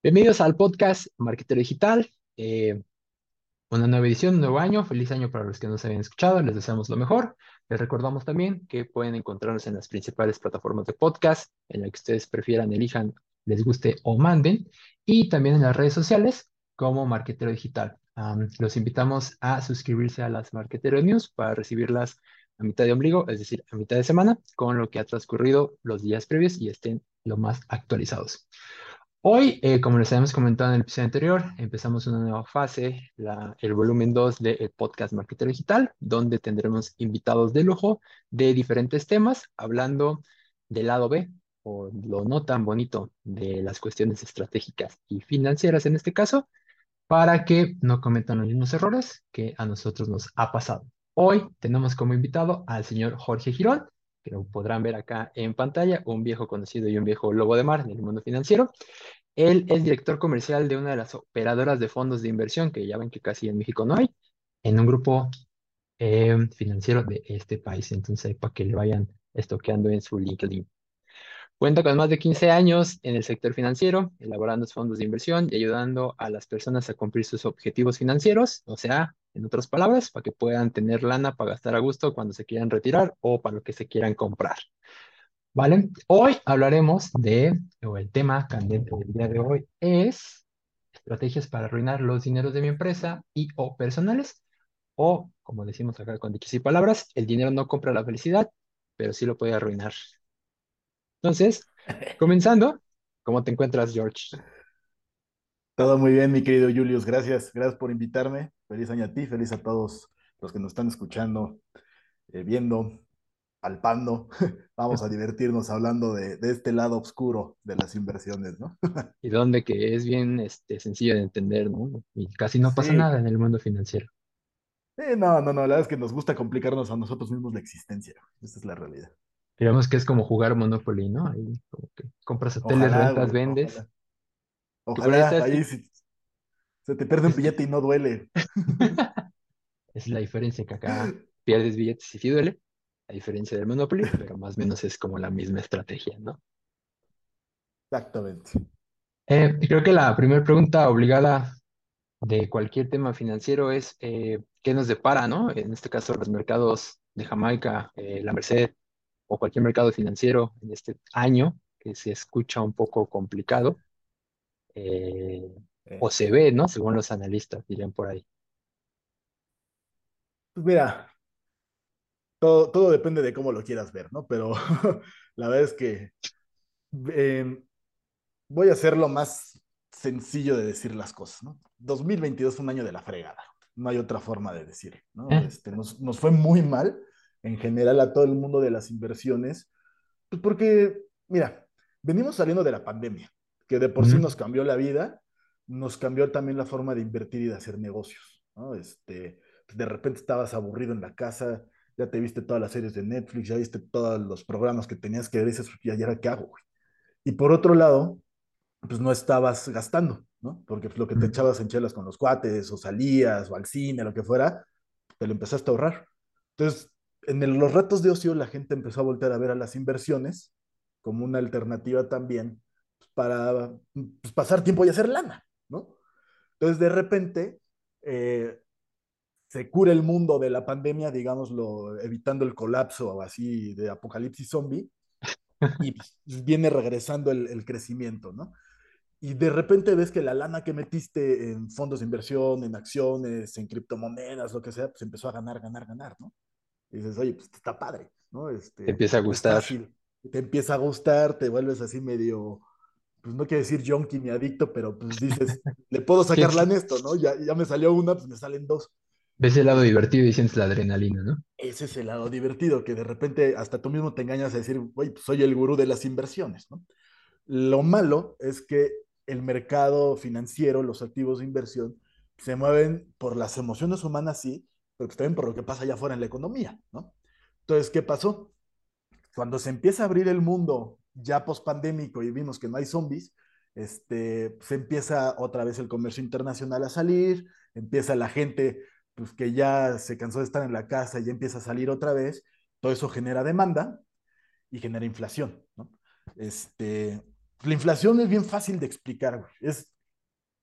Bienvenidos al podcast Marketero Digital. Una nueva edición, un nuevo año. Feliz año para los que nos habían escuchado. Les deseamos lo mejor. Les recordamos también que pueden encontrarnos en las principales plataformas de podcast, en la que ustedes prefieran, elijan, les guste o manden. Y también en las redes sociales como Marketero Digital. Los invitamos a suscribirse a las Marketero News para recibirlas a mitad de ombligo, es decir, a mitad de semana, con lo que ha transcurrido los días previos y estén lo más actualizados. Hoy, como les habíamos comentado en el episodio anterior, empezamos una nueva fase, el volumen 2 del podcast Marketer Digital, donde tendremos invitados de lujo de diferentes temas, hablando del lado B, o lo no tan bonito de las cuestiones estratégicas y financieras en este caso, para que no cometan los mismos errores que a nosotros nos ha pasado. Hoy tenemos como invitado al señor Jorge Girón, que lo podrán ver acá en pantalla, un viejo conocido y un viejo lobo de mar en el mundo financiero. Él es director comercial de una de las operadoras de fondos de inversión, que ya ven que casi en México no hay, en un grupo financiero de este país. Entonces, para que le vayan estoqueando en su LinkedIn. Cuenta con más de 15 años en el sector financiero, elaborando fondos de inversión y ayudando a las personas a cumplir sus objetivos financieros, o sea, en otras palabras, para que puedan tener lana para gastar a gusto cuando se quieran retirar o para lo que se quieran comprar. ¿Vale? Hoy hablaremos o el tema candente del día de hoy es estrategias para arruinar los dineros de mi empresa y o personales, o como decimos acá con dichos y palabras, el dinero no compra la felicidad, pero sí lo puede arruinar. Entonces, comenzando, ¿cómo te encuentras, George? Todo muy bien, mi querido Julius. Gracias, gracias por invitarme. Feliz año a ti, feliz a todos los que nos están escuchando, viendo, palpando. Vamos a divertirnos hablando de este lado oscuro de las inversiones, ¿no? Y dónde que es bien sencillo de entender, ¿no? Y casi no pasa Sí, nada en el mundo financiero. no, la verdad es que nos gusta complicarnos a nosotros mismos la existencia. Esa es la realidad. Digamos que es como jugar Monopoly, ¿no? Ahí como que compras hoteles, Ojalá, rentas, güey, vendes. ojalá. Que por ahí Ojalá, está ahí si se te pierde un billete y no duele. Es la diferencia que acá pierdes billetes y sí duele, a diferencia del Monopoly, pero más o menos es como la misma estrategia, ¿no? Exactamente. Y creo que la primera pregunta obligada de cualquier tema financiero es ¿qué nos depara, ¿no? En este caso, los mercados de Jamaica, la Merced o cualquier mercado financiero en este año, que se escucha un poco complicado, eh, Eh, o se ve, ¿no? Según los analistas, dirían por ahí. pues mira, todo depende de cómo lo quieras ver, ¿no? Pero la verdad es que eh, voy a hacer lo más sencillo de decir las cosas, ¿no? 2022 fue un año de la fregada, no hay otra forma de decirlo, ¿no? Eh, Nos fue muy mal en general a todo el mundo de las inversiones, pues porque, mira, venimos saliendo de la pandemia, que de por sí ujú. nos cambió la vida, nos cambió también la forma de invertir y de hacer negocios, ¿no? Pues de repente estabas aburrido en la casa, ya te viste todas las series de Netflix, ya viste todos los programas que tenías que ver, y dices, ¿y ahora qué hago, güey? Y por otro lado, pues no estabas gastando, ¿no? Porque lo que te Ujú. echabas en chelas con los cuates, o salías, o al cine, lo que fuera, te lo empezaste a ahorrar. Entonces, los ratos de ocio, la gente empezó a voltear a ver a las inversiones como una alternativa también pues, para pues, pasar tiempo y hacer lana, ¿no? Entonces, de repente, eh, se cura el mundo de la pandemia, digámoslo, evitando el colapso o así de apocalipsis zombie, y pues, viene regresando el crecimiento, ¿no? Y de repente ves que la lana que metiste en fondos de inversión, en acciones, en criptomonedas, lo que sea, pues empezó a ganar, ganar, ganar, ¿no? Y dices, oye, pues está padre, ¿no? Te empieza a Es gustar. fácil, te empieza a gustar, te vuelves así medio, pues no quiero decir junkie ni adicto, pero pues dices, le puedo Sí, sacar lana a esto, ¿no? Ya me salió una, pues me salen dos. ves el lado Es- divertido y sientes la adrenalina, ¿no? Ese es el lado divertido, que de repente hasta tú mismo te engañas a decir, oye, pues soy el gurú de las inversiones, ¿no? Lo malo es que el mercado financiero, los activos de inversión, se mueven por las emociones humanas, sí, pero pues también por lo que pasa allá afuera en la economía, ¿no? Entonces, ¿qué pasó? Cuando se empieza a abrir el mundo ya post-pandémico y vimos que no hay zombies, se empieza otra vez el comercio internacional a salir, empieza la gente pues, que ya se cansó de estar en la casa y ya empieza a salir otra vez, todo eso genera demanda y genera inflación, ¿no? Este, la inflación es bien fácil de explicar, güey. Es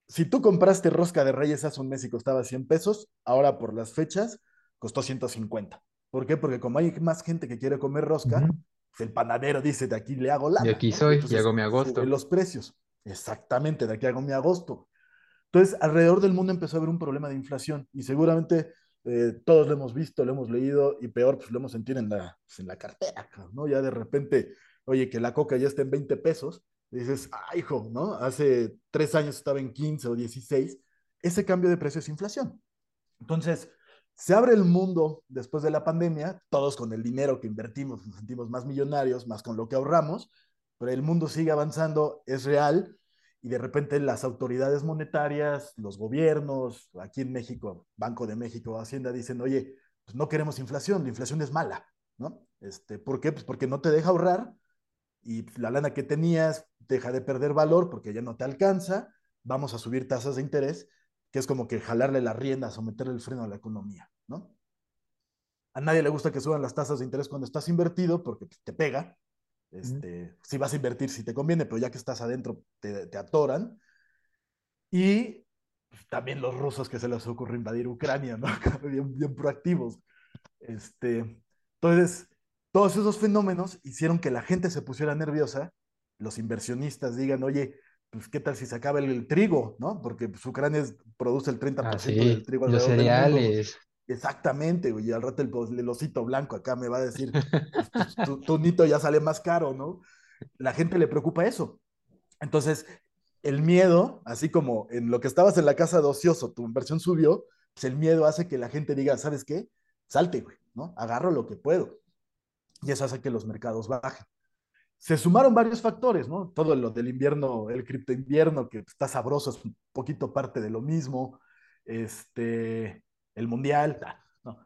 Si tú compraste rosca de Reyes hace un mes y costaba 100 pesos, ahora por las fechas costó 150. ¿Por qué? Porque como hay más gente que quiere comer rosca, Ujú. pues el panadero dice, de aquí le hago De lana, aquí ¿no? Y soy y entonces hago mi sube agosto. los precios. Exactamente, de aquí hago mi agosto. Entonces, alrededor del mundo empezó a haber un problema de inflación y seguramente todos lo hemos visto, lo hemos leído y peor, pues lo hemos sentido en la cartera, ¿no? Ya de repente, oye, que la coca ya está en 20 pesos, y dices, ah, hijo, ¿no? Hace 3 años estaba en 15 o 16. Ese cambio de precio es inflación. Entonces, se abre el mundo después de la pandemia, todos con el dinero que invertimos, nos sentimos más millonarios, más con lo que ahorramos, pero el mundo sigue avanzando, es real, y de repente las autoridades monetarias, los gobiernos, aquí en México, Banco de México, Hacienda, dicen, oye, pues no queremos inflación, la inflación es mala, ¿no? ¿Por qué? Pues porque no te deja ahorrar y la lana que tenías deja de perder valor porque ya no te alcanza, vamos a subir tasas de interés, que es como que jalarle las riendas o meterle el freno a la economía, ¿no? A nadie le gusta que suban las tasas de interés cuando estás invertido porque pues, te pega. Ujú. Si vas a invertir, si te conviene, pero ya que estás adentro, te atoran. Y pues, también los rusos que se les ocurre invadir Ucrania, ¿no? Bien, bien proactivos. Entonces, todos esos fenómenos hicieron que la gente se pusiera nerviosa, los inversionistas digan, oye, pues qué tal si se acaba el trigo, ¿no? Porque pues, Ucrania produce el Ah, 30% del sí, trigo los alrededor del mundo. cereales. Exactamente, güey, y al rato el osito blanco acá me va a decir, pues tu nito ya sale más caro, ¿no? La gente le preocupa eso. Entonces, el miedo, así como en lo que estabas en la casa de ocioso, tu inversión subió, pues el miedo hace que la gente diga, ¿sabes qué? Salte, güey, ¿no? Agarro lo que puedo. Y eso hace que los mercados bajen. Se sumaron varios factores, ¿no? Todo lo del invierno, el cripto invierno, que está sabroso, es un poquito parte de lo mismo. El mundial, no,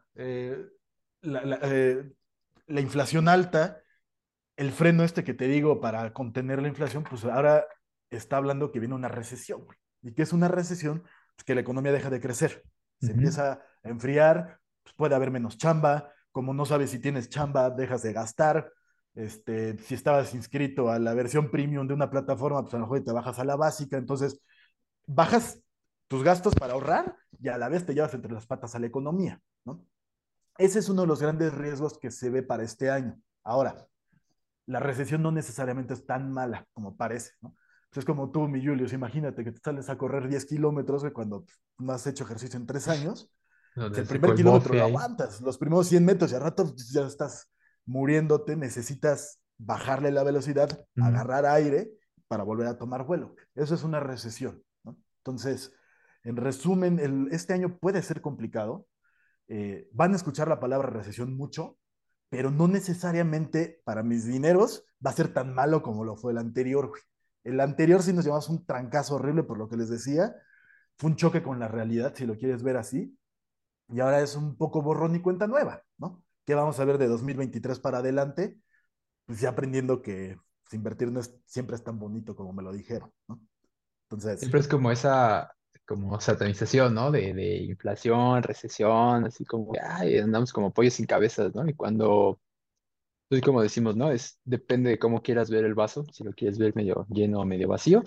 la inflación alta, el freno este que te digo para contener la inflación, pues ahora está hablando que viene una recesión, güey. ¿Y qué es una recesión? Pues que la economía deja de crecer, se Ujú. empieza a enfriar, pues puede haber menos chamba, como no sabes si tienes chamba, dejas de gastar. Si estabas inscrito a la versión premium de una plataforma, pues a lo mejor te bajas a la básica, entonces bajas tus gastos para ahorrar y a la vez te llevas entre las patas a la economía, ¿no? Ese es uno de los grandes riesgos que se ve para este año. Ahora, la recesión no necesariamente es tan mala como parece, ¿no? Pues es como tú, mi Julius, imagínate que te sales a correr 10 kilómetros cuando no has hecho ejercicio en 3 años, pues Donde el sacó primer el kilómetro bofe lo ahí. aguantas, los primeros 100 metros y al rato pues, ya estás muriéndote, necesitas bajarle la velocidad, Ujú. agarrar aire para volver a tomar vuelo. Eso es una recesión, ¿no? Entonces, en resumen, este año puede ser complicado, van a escuchar la palabra recesión mucho, pero no necesariamente para mis dineros va a ser tan malo como lo fue el anterior. Güey. El anterior sí nos llevamos un trancazo horrible por lo que les decía, fue un choque con la realidad, si lo quieres ver así, y ahora es un poco borrón y cuenta nueva, ¿no? ¿Qué vamos a ver de 2023 para adelante? Pues ya aprendiendo que pues, invertir no es, siempre es tan bonito como me lo dijeron, ¿no? Entonces, Siempre es como esa, como satanización, ¿no? De inflación, recesión, así como, que, ay, andamos como pollos sin cabezas, ¿no? Y cuando, pues como decimos, ¿no? Depende de cómo quieras ver el vaso, si lo quieres ver medio lleno o medio vacío.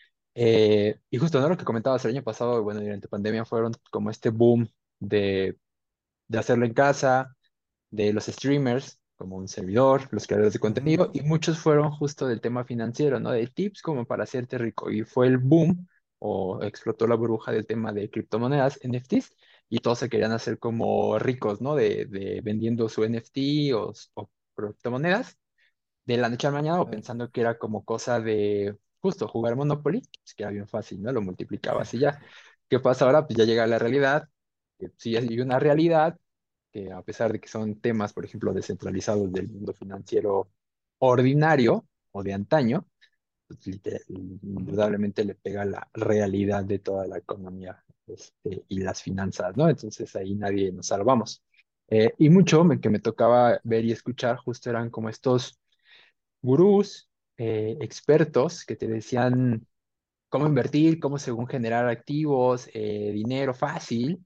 Y justo, ¿no? Lo que comentabas el año pasado, bueno, durante pandemia fueron como este boom de, de hacerlo en casa, de los streamers, como un servidor, los creadores de uh-huh, contenido, y muchos fueron justo del tema financiero, ¿no? De tips como para hacerte rico. Y fue el boom o explotó la burbuja del tema de criptomonedas, NFTs, y todos se querían hacer como ricos, ¿no? De vendiendo su NFT o criptomonedas de la noche a la mañana o pensando que era como cosa de justo jugar Monopoly, pues que era bien fácil, ¿no? Lo multiplicabas y ya. ¿Qué pasa ahora? Pues ya llega la realidad, que sí hay una realidad, que a pesar de que son temas, por ejemplo, descentralizados del mundo financiero ordinario o de antaño, pues, uh-huh, indudablemente le pega la realidad de toda la economía y las finanzas, ¿no? Entonces ahí nadie nos salvamos. Y mucho que me tocaba ver y escuchar justo eran como estos gurús, expertos que te decían cómo invertir, cómo según generar activos, dinero fácil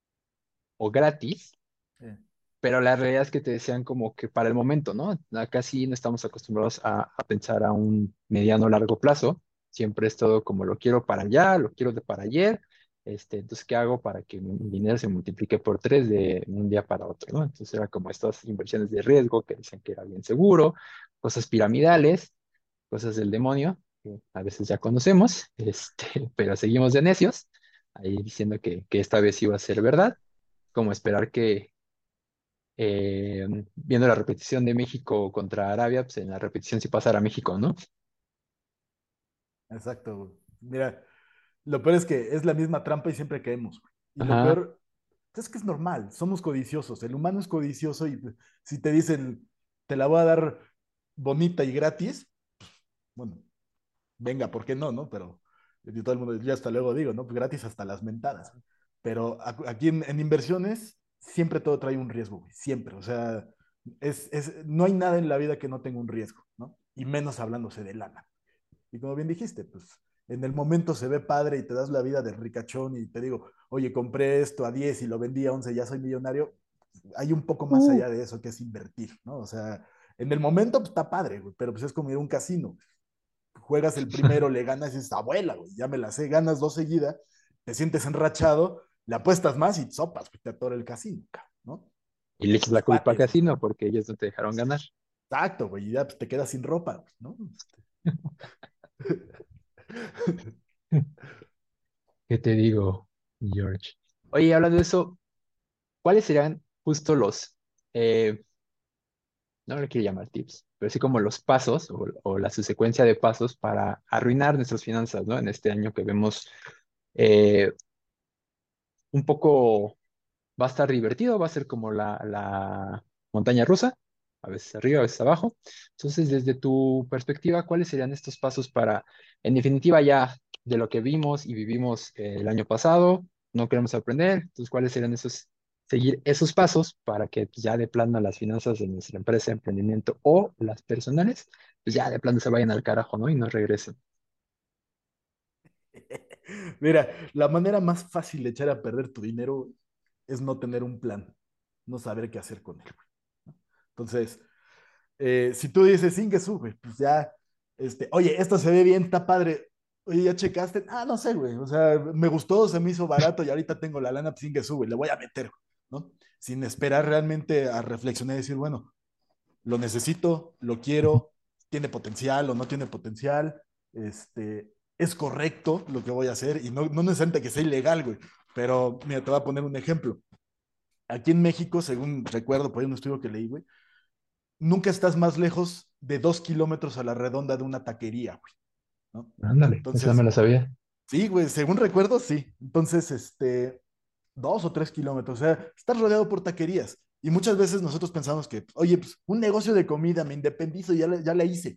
o gratis, pero la realidad es que te decían como que para el momento, ¿no? Acá sí no estamos acostumbrados a pensar a un mediano o largo plazo. Siempre es todo como lo quiero para allá, lo quiero de para ayer. Entonces, ¿qué hago para que mi dinero se multiplique por tres de un día para otro, ¿no? Entonces era como estas inversiones de riesgo que decían que era bien seguro, cosas piramidales, cosas del demonio, que a veces ya conocemos, pero seguimos de necios, ahí diciendo que esta vez iba a ser verdad, como esperar que eh, viendo la repetición de México contra Arabia, pues en la repetición sí pasara México, ¿no? Exacto, güey. Mira, lo peor es que es la misma trampa y siempre caemos, güey. Y lo Ajá. peor es que es normal, somos codiciosos. El humano es codicioso y pues, si te dicen, te la voy a dar bonita y gratis, bueno, venga, ¿por qué no, no? Pero y todo el mundo, ya hasta luego digo, ¿no? Pues gratis hasta las mentadas. Pero aquí en inversiones siempre todo trae un riesgo, güey, siempre. O sea, no hay nada en la vida que no tenga un riesgo, ¿no? Y menos hablándose de lana. Y como bien dijiste, pues en el momento se ve padre y te das la vida de ricachón y te digo, oye, compré esto a 10 y lo vendí a 11, ya soy millonario. Hay un poco más Uh, allá de eso que es invertir, ¿no? O sea, en el momento pues, está padre, güey, pero pues es como ir a un casino. Juegas el primero, le ganas y dices, abuela, güey, ya me la sé, ganas dos seguidas, te sientes enrachado, le apuestas más y sopas, pues, te atora el casino, ¿no? y le Con echas tus la culpa a cuates. Casino porque ellos no te dejaron ganar. Exacto, güey, y ya pues, te quedas sin ropa, ¿no? ¿Qué te digo, George? Oye, hablando de eso, ¿cuáles serían justo no le quiero llamar tips, pero sí como los pasos o la su secuencia de pasos para arruinar nuestras finanzas, ¿no? En este año que vemos eh, un poco va a estar divertido, va a ser como la montaña rusa, a veces arriba, a veces abajo. Entonces, desde tu perspectiva, ¿cuáles serían estos pasos para, en definitiva, ya de lo que vimos y vivimos el año pasado, no queremos aprender? Entonces, ¿cuáles serían seguir esos pasos para que pues, ya de plano las finanzas de nuestra empresa, emprendimiento o las personales, pues ya de plano se vayan al carajo, ¿no? Y no regresen. Mira, la manera más fácil de echar a perder tu dinero es no tener un plan, no saber qué hacer con él. Entonces, si tú dices, Inge, sube, pues ya, oye, esto se ve bien, está padre. Oye, ¿ya checaste? Ah, no sé, güey. O sea, me gustó, se me hizo barato y ahorita tengo la lana, pues Inge, sube, le voy a meter, ¿no? Sin esperar realmente a reflexionar y decir, bueno, lo necesito, lo quiero, tiene potencial o no tiene potencial, es correcto lo que voy a hacer y no necesariamente que sea ilegal, güey. Pero mira, te voy a poner un ejemplo. Aquí en México, según recuerdo por ahí un estudio que leí, güey, nunca estás más lejos de 2 kilómetros a la redonda de una taquería, güey, ¿no? Ándale, esa no me Entonces, la sabía. sí, güey, según recuerdo, sí. Entonces, 2 o 3 kilómetros, o sea, estás rodeado por taquerías. Y muchas veces nosotros pensamos que, oye, pues un negocio de comida, me independizo, ya la hice.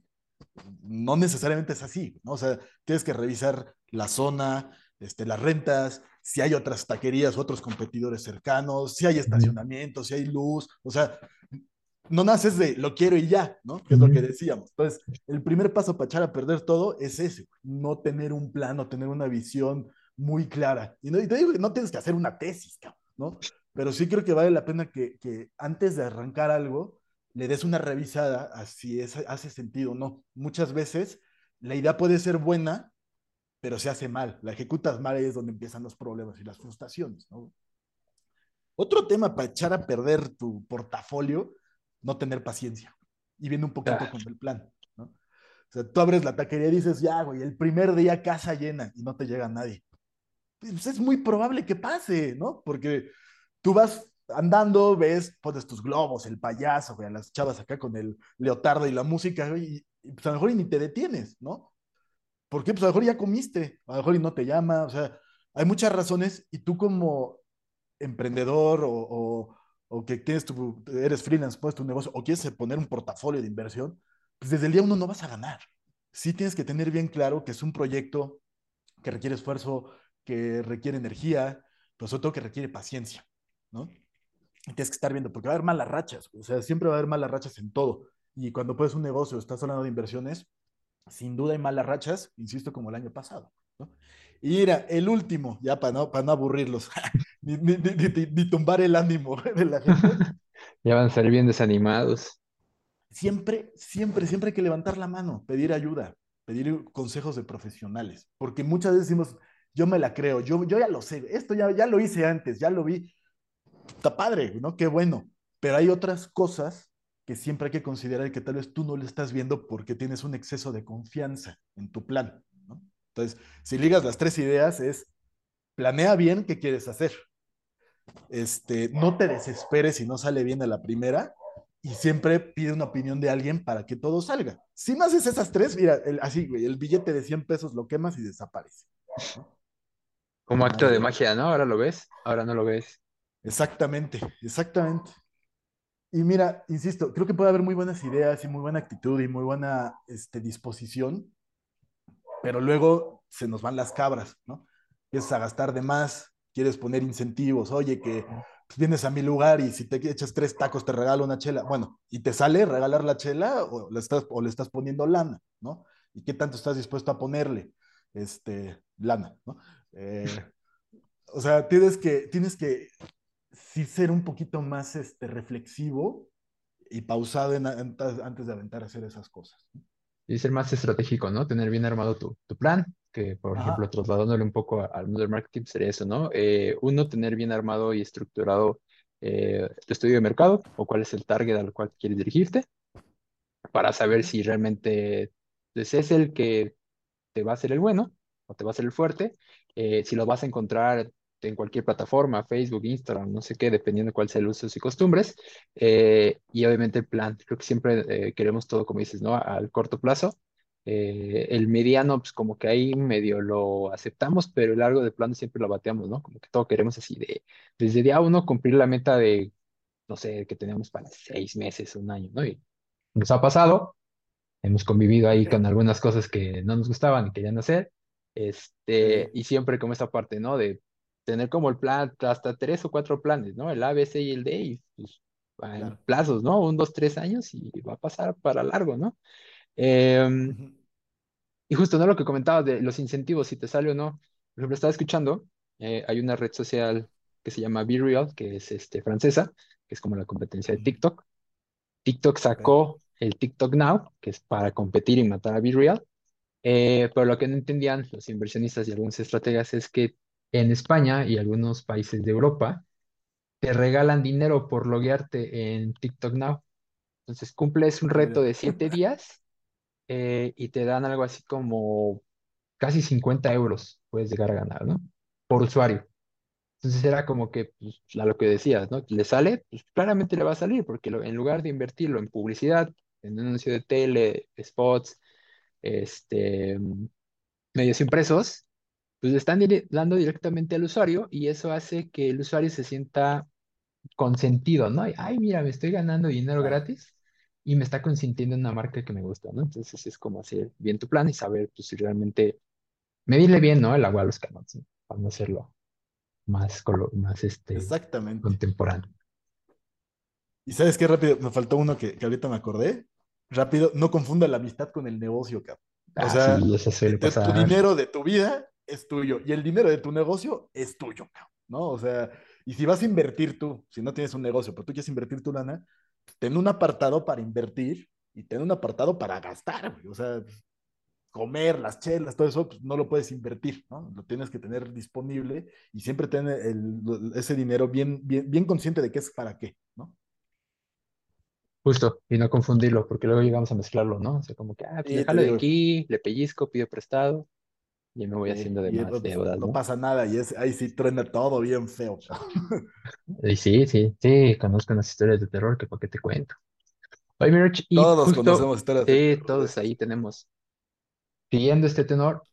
No necesariamente es así, ¿no? O sea, tienes que revisar la zona, las rentas, si hay otras taquerías, otros competidores cercanos, si hay Ujú, estacionamiento, si hay luz, o sea, no naces de lo quiero y ya, ¿no? Que es lo que ujú. decíamos. Entonces, el primer paso para echar a perder todo es ese, no tener un plan, no tener una visión muy clara. Y te digo que no tienes que hacer una tesis, ¿no? Pero sí creo que vale la pena que antes de arrancar algo, le des una revisada a si hace sentido o no. Muchas veces la idea puede ser buena, pero se hace mal. La ejecutas mal y es donde empiezan los problemas y las frustraciones, ¿no? Otro tema para echar a perder tu portafolio, no tener paciencia. Y viene un poquito Ah, con el plan, ¿no? O sea, tú abres la taquería y dices, ya, güey, el primer día casa llena y no te llega nadie. Pues es muy probable que pase, ¿no? Porque tú vas andando, ves, pones tus globos, el payaso, güey, a las chavas acá con el leotardo y la música, güey, y pues a lo mejor y ni te detienes, ¿no? ¿Por qué? Pues a lo mejor ya comiste, a lo mejor y no te llama, o sea, hay muchas razones y tú como emprendedor o que eres freelance, puedes tu negocio o quieres poner un portafolio de inversión, pues desde el día uno no vas a ganar. Sí tienes que tener bien claro que es un proyecto que requiere esfuerzo, que requiere energía, pero sobre todo que requiere paciencia, ¿no? Y tienes que estar viendo, porque va a haber malas rachas, o sea, siempre va a haber malas rachas en todo. Y cuando puedes un negocio, estás hablando de inversiones, sin duda hay malas rachas, insisto, como el año pasado, ¿no? Y mira, el último, ya para no aburrirlos, ni tumbar el ánimo de la gente, ya van a salir bien desanimados. siempre hay que levantar la mano, pedir ayuda. pedir consejos de profesionales, porque muchas veces decimos, yo me la creo, yo ya lo sé, esto ya lo hice antes, ya lo vi, está padre, ¿no? Qué bueno, pero hay otras cosas que siempre hay que considerar que tal vez tú no le estás viendo porque tienes un exceso de confianza en tu plan, ¿no? Entonces, si ligas las tres ideas es, planea bien qué quieres hacer, no te desesperes si no sale bien a la primera y siempre pide una opinión de alguien para que todo salga. Si no haces esas tres, mira, así, güey, el billete de 100 pesos lo quemas y desaparece, ¿no? Como acto de Madre. magia, ¿no? Ahora lo ves, ahora no lo ves. Exactamente, exactamente. Y mira, insisto, creo que puede haber muy buenas ideas y muy buena actitud y muy buena disposición, pero luego se nos van las cabras, ¿no? Empiezas a gastar de más, quieres poner incentivos, oye, que pues, vienes a mi lugar y si te echas 3 tacos te regalo una chela. Bueno, ¿y te sale regalar la chela o le estás poniendo lana, ¿no? ¿Y qué tanto estás dispuesto a ponerle? Lana, ¿no? Eh, o sea, tienes que sí ser un poquito más reflexivo y pausado antes de aventar a hacer esas cosas. Y ser más estratégico, ¿no? Tener bien armado tu plan, que por ejemplo, Ajá, trasladándole un poco al mundo del marketing sería eso, ¿no? Uno, tener bien armado y estructurado tu estudio de mercado o cuál es el target al cual quieres dirigirte para saber si realmente pues, es el que te va a ser el bueno o te va a ser el fuerte, si lo vas a encontrar en cualquier plataforma, Facebook, Instagram, no sé qué, dependiendo de cuál sea el uso y costumbres, y obviamente el plan. Creo que siempre queremos todo, como dices, ¿no? Al corto plazo. El mediano, pues como que ahí medio lo aceptamos, pero el largo de plano siempre lo bateamos, ¿no? Como que todo queremos así desde día uno cumplir la meta de, no sé, que tenemos para 6 meses, un año, ¿no? Y nos ha pasado, hemos convivido ahí con algunas cosas que no nos gustaban y querían hacer, sí, y siempre como esta parte, ¿no? De tener como el plan, hasta 3 o 4 planes, ¿no? El A, B, C y el D, y pues va en claro. plazos, ¿no? 1, 2, 3 años y va a pasar para largo, ¿no? Em, Ujú, y justo, ¿no? Lo que comentabas de los incentivos, si te sale o no. Por ejemplo, estaba escuchando, hay una red social que se llama Be Real, que es francesa, que es como la competencia de ujú, TikTok. TikTok ok, sacó el TikTok Now, que es para competir y matar a Be Real. Pero lo que no entendían los inversionistas y algunos estrategas es que en España y algunos países de Europa te regalan dinero por loguearte en TikTok Now. Entonces cumples un ah, reto mira, de 7 días, y te dan algo así como casi 50 euros puedes llegar a ganar, ¿no? Por usuario. Entonces era como que, pues, a lo que decías, ¿no? ¿Le sale? Pues claramente le va a salir, porque en lugar de invertirlo en publicidad, en un anuncio de tele, spots, este, medios impresos, pues le están dando directamente al usuario y eso hace que el usuario se sienta consentido, ¿no? Y, ay, mira, me estoy ganando dinero claro. gratis y me está consintiendo en una marca que me gusta, ¿no? Entonces es como hacer bien tu plan y saber, pues, si realmente medirle bien, ¿no? El agua a los camotes, ¿no? Para no hacerlo más Exactamente. contemporáneo. ¿Y sabes qué rápido? Me faltó uno que ahorita me acordé. Rápido, no confunda la amistad con el negocio, cabrón. O Ah, sea, sí, eso suele tu pasar. dinero de tu vida es tuyo y el dinero de tu negocio es tuyo, cabrón, ¿no? O sea, y si vas a invertir tú, si no tienes un negocio, pero tú quieres invertir tu lana, ten un apartado para invertir y ten un apartado para gastar, güey. O sea, comer, las chelas, todo eso, pues no lo puedes invertir, ¿no? Lo tienes que tener disponible y siempre tener ese dinero bien consciente de qué es para qué, ¿no? Justo, y no confundirlo, porque luego llegamos a mezclarlo, ¿no? O sea, como que, pues le Y te jalo de digo, aquí, le pellizco, pido prestado, y me voy haciendo de más pues, deudas, no ¿no? pasa nada y ahí sí truena todo bien feo. Y sí, sí, sí, conozco unas historias de terror que para qué te cuento. Oye, Mirch, y Todos justo, conocemos historias de sí, terror de todos esas. ahí tenemos, siguiendo este tenor,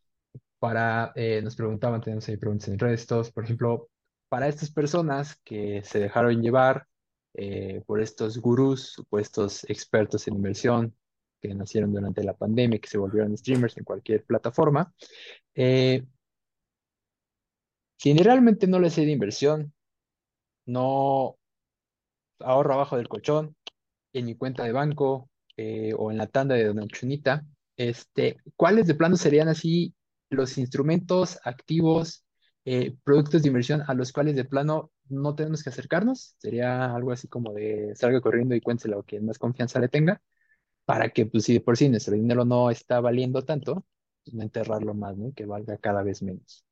nos preguntaban, tenemos ahí preguntas en redes, todos, por ejemplo, para estas personas que se dejaron llevar por estos gurús, supuestos expertos en inversión, que nacieron durante la pandemia, que se volvieron streamers en cualquier plataforma, eh, si realmente no les sé de inversión, no ahorro abajo del colchón, en mi cuenta de banco, o en la tanda de Doña Chunita, ¿cuáles de plano serían así los instrumentos activos, productos de inversión a los cuales de plano no tenemos que acercarnos? Sería algo así como de salga corriendo y cuénteselo a quien más confianza le tenga. para que, pues, si de por sí nuestro dinero no está valiendo tanto, pues no enterrarlo más, ¿no? Y que valga cada vez menos.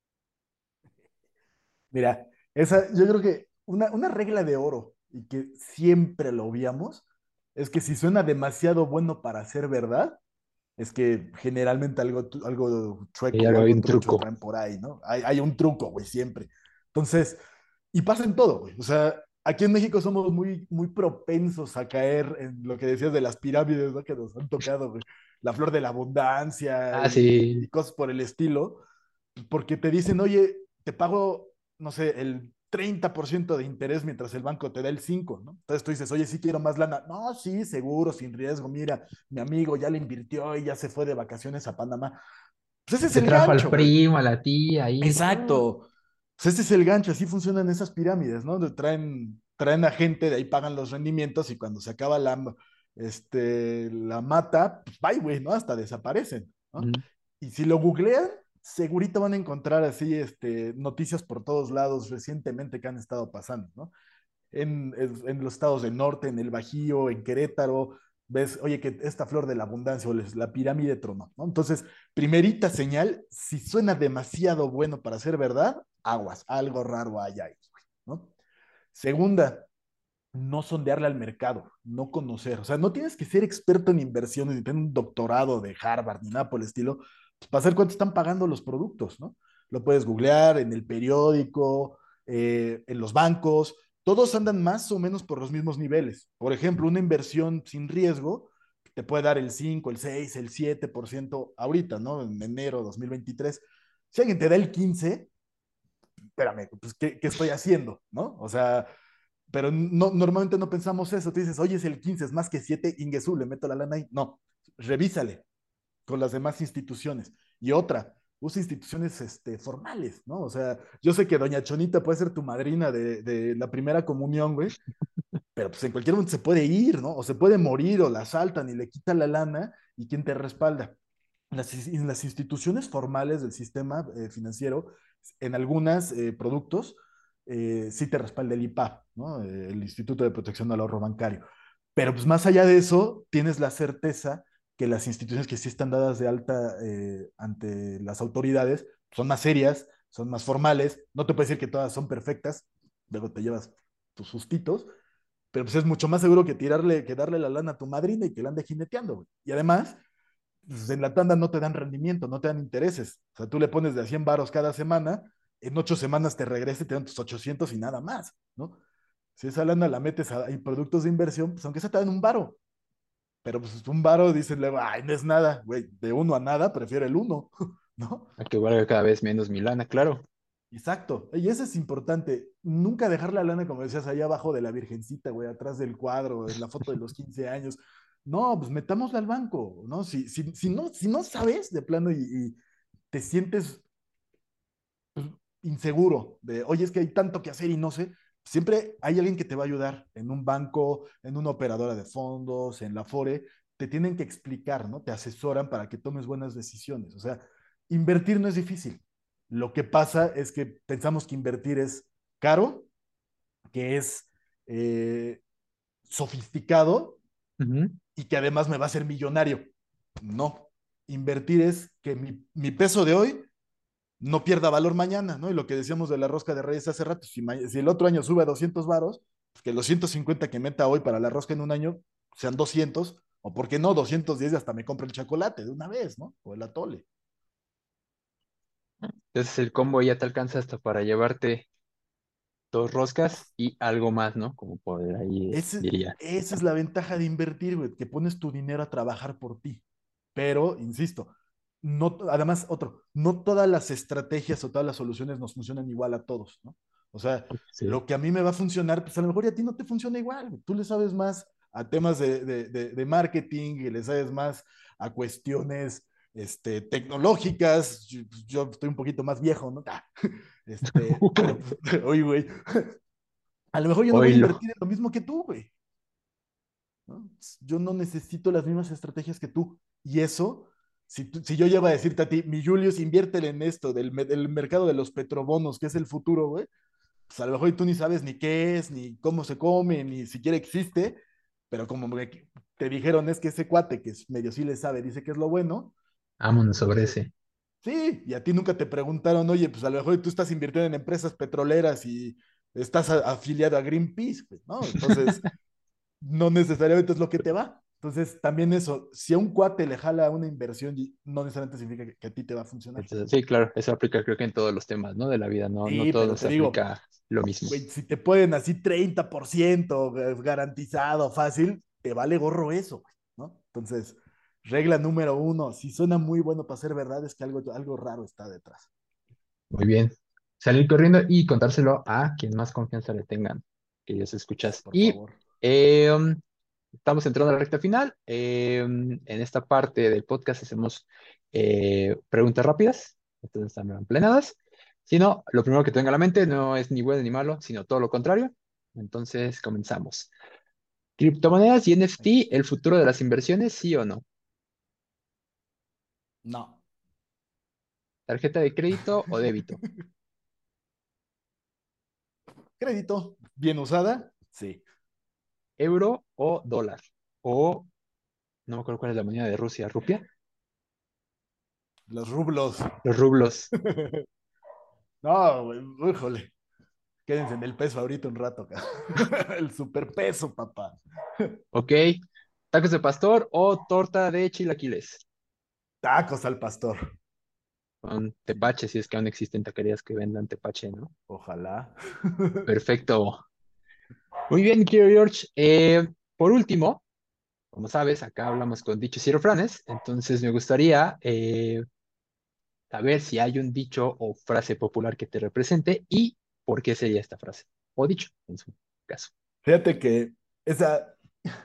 Mira, esa, yo creo que una regla de oro y que siempre lo obviamos es que si suena demasiado bueno para ser verdad, es que generalmente algo Y chueco o ahora hay algo un trucho truco. traen por ahí, ¿no? Hay un truco, güey, siempre. Entonces, y pasa en todo, güey. O sea, aquí en México somos muy propensos a caer en lo que decías de las pirámides, ¿no? Que nos han tocado, güey. La flor de la abundancia Ah, y sí, cosas por el estilo, porque te dicen, oye, te pago, no sé, el 30% de interés mientras el banco te da el 5%, ¿no? Entonces tú dices, oye, sí quiero más lana. No, sí, seguro, sin riesgo. Mira, mi amigo ya le invirtió y ya se fue de vacaciones a Panamá. Pues ese es se el trajo al gancho, güey. primo, a la tía, ahí. Exacto. Pues ese es el gancho, así funcionan esas pirámides, ¿no? Traen a gente, de ahí pagan los rendimientos y cuando se acaba la mata, pues bye, güey, ¿no? Hasta desaparecen, ¿no? Ujú. Y si lo googlean, segurito van a encontrar así, noticias por todos lados recientemente que han estado pasando, ¿no? En los estados del norte, en el Bajío, en Querétaro, ves, oye, que esta flor de la abundancia o la pirámide tronó, ¿no? Entonces, primerita señal, si suena demasiado bueno para ser verdad, aguas, algo raro hay ahí, ¿no? Segunda, no sondearle al mercado, no conocer, o sea, no tienes que ser experto en inversiones ni tener un doctorado de Harvard ni nada por el estilo, pues, para saber cuánto están pagando los productos, ¿no? Lo puedes googlear en el periódico, en los bancos, todos andan más o menos por los mismos niveles. Por ejemplo, una inversión sin riesgo te puede dar el 5, el 6, el 7% ahorita, ¿no? En enero de 2023. Si alguien te da el 15, espérame, pues, ¿qué estoy haciendo? ¿No? O sea, pero no, normalmente no pensamos eso. Tú dices, oye, es el 15, es más que 7, Ingesú, le meto la lana ahí. No, revísale con las demás instituciones. Y otra, usa instituciones formales, ¿no? O sea, yo sé que Doña Chonita puede ser tu madrina de la primera comunión, güey, pero pues en cualquier momento se puede ir, ¿no? O se puede morir o la asaltan y le quitan la lana y ¿quién te respalda? En las instituciones formales del sistema financiero, en algunos productos, sí te respalda el IPAB, ¿no? El Instituto de Protección al Ahorro Bancario. Pero pues más allá de eso, tienes la certeza que las instituciones que sí están dadas de alta ante las autoridades son más serias, son más formales. No te puedo decir que todas son perfectas, luego te llevas tus sustitos, pero pues es mucho más seguro que darle la lana a tu madrina y que la ande jineteando, güey. Y además, pues en la tanda no te dan rendimiento, no te dan intereses. O sea, tú le pones de a 100 varos cada semana, en 8 semanas te regresa y te dan tus 800 y nada más, ¿no? Si esa lana la metes en productos de inversión, pues aunque se te dan un varo, pero pues un varo dicen luego, ay, no es nada, güey, de uno a nada, prefiero el uno, ¿no? A que valga cada vez menos mi lana, claro. Exacto, y eso es importante, nunca dejar la lana, como decías, allá abajo de la virgencita, güey, atrás del cuadro, en la foto de los 15 años. No, pues metámosla al banco, ¿no? Si no sabes de plano y te sientes inseguro de, oye, es que hay tanto que hacer y no sé, siempre hay alguien que te va a ayudar en un banco, en una operadora de fondos, en la FORE, te tienen que explicar, ¿no? Te asesoran para que tomes buenas decisiones. O sea, invertir no es difícil. Lo que pasa es que pensamos que invertir es caro, que es eh, sofisticado Ujú. y que además me va a hacer millonario. No, invertir es que mi peso de hoy no pierda valor mañana, ¿no? Y lo que decíamos de la rosca de reyes hace rato, si el otro año sube a 200 varos, pues que los 150 que meta hoy para la rosca en un año sean 200, o por qué no, 210 y hasta me compro el chocolate de una vez, ¿no? O el atole. Entonces el combo ya te alcanza hasta para llevarte dos roscas y algo más, ¿no? Como por ahí diría. Esa es la ventaja de invertir, güey, que pones tu dinero a trabajar por ti. Pero, insisto, no, además, no todas las estrategias o todas las soluciones nos funcionan igual a todos, ¿no? O sea, Sí. lo que a mí me va a funcionar, pues a lo mejor y a ti no te funciona igual, güey. Tú le sabes más a temas de marketing y le sabes más a cuestiones tecnológicas. Yo estoy un poquito más viejo, ¿no? Pero, oye, güey, a lo mejor yo no voy a Oílo. invertir en lo mismo que tú, güey, ¿no? Yo no necesito las mismas estrategias que tú. Y eso, si yo llevo a decirte a ti, mi Julius, inviértele en esto del mercado de los petrobonos, que es el futuro, güey, pues a lo mejor tú ni sabes ni qué es, ni cómo se come, ni siquiera existe, pero como te te dijeron es que ese cuate que es medio sí le sabe, dice que es lo bueno. Vámonos sobre Entonces, ese. sí, y a ti nunca te preguntaron, oye, pues a lo mejor tú estás invirtiendo en empresas petroleras y estás afiliado a Greenpeace, pues, ¿no? Entonces, no necesariamente es lo que te va. Entonces, también eso, si a un cuate le jala una inversión, no necesariamente significa que a ti te va a funcionar. Entonces, sí, claro, eso aplica creo que en todos los temas, ¿no? De la vida, no, no Sí, todo pero nos te digo, aplica lo mismo. güey, si te pueden así 30% garantizado, fácil, te vale gorro eso, güey, ¿no? Entonces, regla número uno, si suena muy bueno para ser verdad, es que algo raro está detrás. Muy bien. Salir corriendo y contárselo a quien más confianza le tengan, que ellos escuchas. Por Y favor. eh, estamos entrando a la recta final. En esta parte del podcast hacemos preguntas rápidas, entonces están plenadas. Si no, lo primero que tenga a la mente no es ni bueno ni malo, sino todo lo contrario. Entonces, comenzamos. ¿Criptomonedas y NFT, el futuro de las inversiones, sí o no? No. ¿Tarjeta de crédito o débito? Crédito, bien usada, sí. ¿Euro o dólar? O, no me acuerdo cuál es la moneda de Rusia, ¿rupia? Los rublos. Los rublos. No, güey, híjole. Quédense en el peso ahorita un rato acá. El superpeso, papá. Ok. ¿Tacos de pastor o torta de chilaquiles? Tacos al pastor. Con tepache, si es que aún existen taquerías que vendan tepache, ¿no? Ojalá. Perfecto. Muy bien, querido George. Por último, como sabes, acá hablamos con dichos y refranes, entonces me gustaría saber si hay un dicho o frase popular que te represente y por qué sería esta frase o dicho en su caso. Fíjate que esa,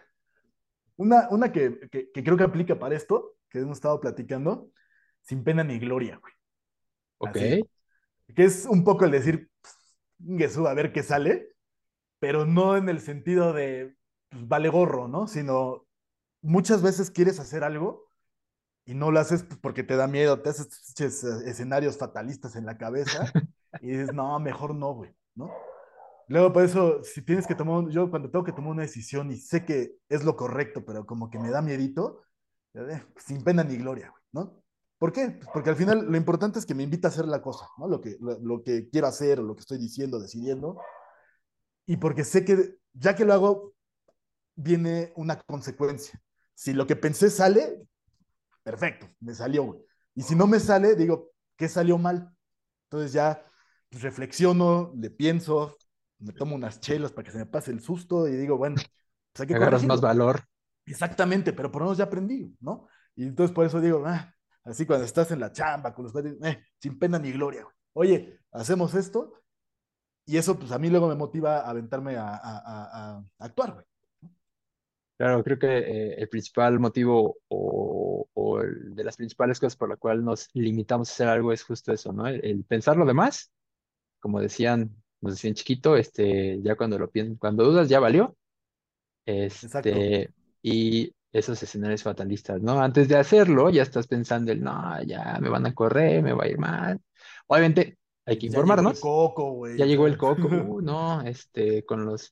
una que creo que aplica para esto, que hemos estado platicando, sin pena ni gloria, güey. Ok, Así. Que es un poco el decir, Jesús, a ver qué sale, pero no en el sentido de pues, vale gorro, ¿no? Sino muchas veces quieres hacer algo y no lo haces pues, porque te da miedo, te haces escenarios fatalistas en la cabeza y dices, no, mejor no, güey, ¿no? Luego, por eso, si tienes que tomar, yo cuando tengo que tomar una decisión y sé que es lo correcto, pero como que me da miedito, sin pena ni gloria, güey, ¿no? ¿Por qué? Pues porque al final lo importante es que me invita a hacer la cosa, ¿no? Lo que quiero hacer o lo que estoy diciendo, decidiendo, y porque sé que ya que lo hago, viene una consecuencia. Si lo que pensé sale, perfecto, me salió, güey. Y si no me sale, digo, ¿qué salió mal? Entonces ya pues, reflexiono, le pienso, me tomo unas chelas para que se me pase el susto y digo, bueno, pues hay que agarras más corregirlo. valor. Exactamente, pero por lo menos ya aprendí, ¿no? Y entonces por eso digo, así cuando estás en la chamba con los cuates, sin pena ni gloria, güey. Oye, hacemos esto y eso pues a mí luego me motiva a aventarme a actuar, güey. Claro, creo que el principal motivo o de las principales cosas por la cual nos limitamos a hacer algo es justo eso, ¿no? El pensar lo demás, como decían, nos decían chiquito, ya cuando lo piensas, cuando dudas ya valió, Exacto. y esos escenarios fatalistas, ¿no? Antes de hacerlo, ya estás pensando el, no, ya me van a correr, me va a ir mal. Obviamente, hay que Ya llegó el informarnos, coco, güey. ya llegó el coco, no, con los...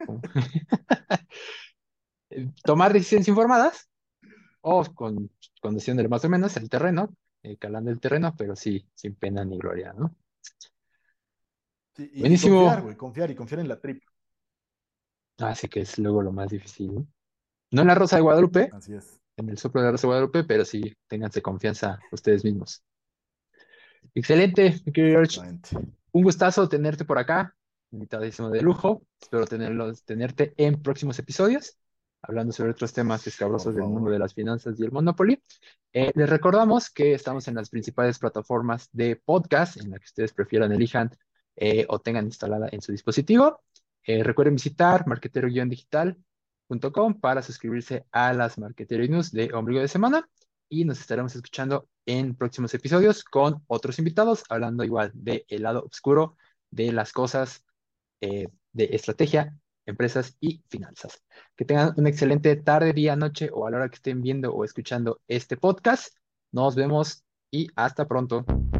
tomar decisiones informadas o con decisión de más o menos el terreno, calando el terreno, pero sí, sin pena ni gloria, ¿no? Sí, y confiar, Buenísimo. güey, confiar y confiar en la trip. Así que es luego lo más difícil, ¿no? No en la Rosa de Guadalupe, Así es, en el soplo de la Rosa de Guadalupe, pero sí, ténganse confianza ustedes mismos. Excelente, mi querido George. exactamente. Un gustazo tenerte por acá, invitadísimo de lujo. Espero tenerte en próximos episodios, hablando sobre otros temas Por escabrosos del mundo favor. de las finanzas y el Monopoly. Les recordamos que estamos en las principales plataformas de podcast, en las que ustedes prefieran, elijan o tengan instalada en su dispositivo. Recuerden visitar marquetero-digital.com para suscribirse a las Marquetero News de Ombligo de Semana y nos estaremos escuchando en próximos episodios con otros invitados, hablando igual de el lado oscuro de las cosas de estrategia, empresas y finanzas. Que tengan una excelente tarde, día, noche o a la hora que estén viendo o escuchando este podcast. Nos vemos y hasta pronto.